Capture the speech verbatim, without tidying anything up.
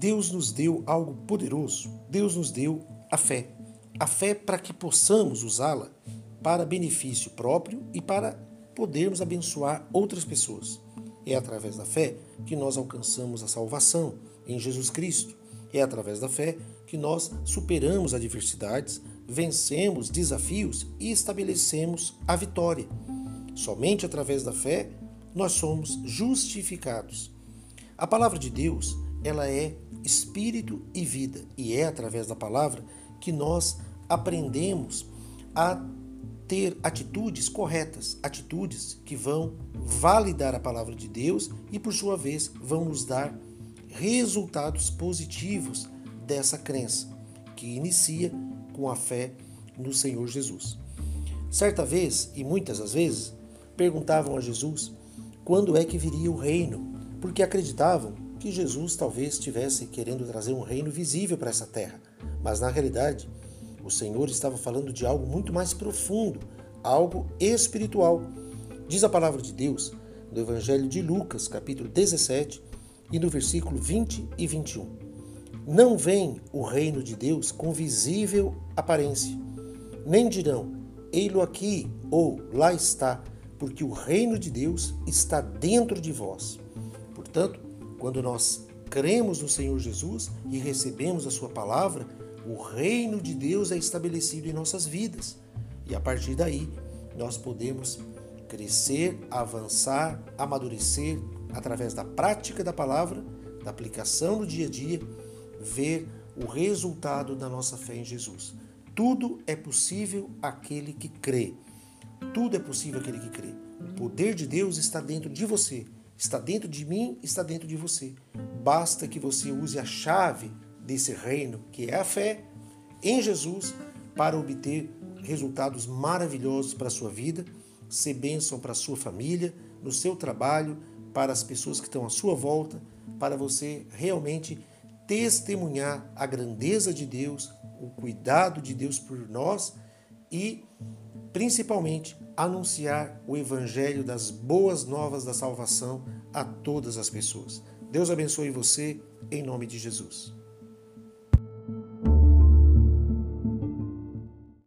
Deus nos deu algo poderoso. Deus nos deu a fé. A fé para que possamos usá-la para benefício próprio e para podermos abençoar outras pessoas. É através da fé que nós alcançamos a salvação em Jesus Cristo. É através da fé que nós superamos adversidades, vencemos desafios e estabelecemos a vitória. Somente através da fé nós somos justificados. A palavra de Deus, ela é espírito e vida, e é através da palavra que nós aprendemos a ter atitudes corretas, atitudes que vão validar a palavra de Deus e, por sua vez, vão nos dar resultados positivos dessa crença, que inicia com a fé no Senhor Jesus. Certa vez, e muitas das vezes, perguntavam a Jesus quando é que viria o reino, porque acreditavam que Jesus talvez estivesse querendo trazer um reino visível para essa terra, mas na realidade o Senhor estava falando de algo muito mais profundo, algo espiritual. Diz a palavra de Deus no Evangelho de Lucas, capítulo dezessete, e no versículo vinte e vinte e um. Não vem o reino de Deus com visível aparência, nem dirão, ei-lo aqui ou lá está, porque o reino de Deus está dentro de vós. Portanto, quando nós cremos no Senhor Jesus e recebemos a sua palavra, o reino de Deus é estabelecido em nossas vidas. E a partir daí, nós podemos crescer, avançar, amadurecer através da prática da palavra, da aplicação no dia a dia, ver o resultado da nossa fé em Jesus. Tudo é possível àquele que crê. Tudo é possível àquele que crê. O poder de Deus está dentro de você, está dentro de mim, está dentro de você. Basta que você use a chave desse reino, que é a fé em Jesus, para obter resultados maravilhosos para a sua vida, ser bênção para a sua família, no seu trabalho, para as pessoas que estão à sua volta, para você realmente testemunhar a grandeza de Deus, o cuidado de Deus por nós e, principalmente, anunciar o evangelho das boas novas da salvação a todas as pessoas. Deus abençoe você, em nome de Jesus.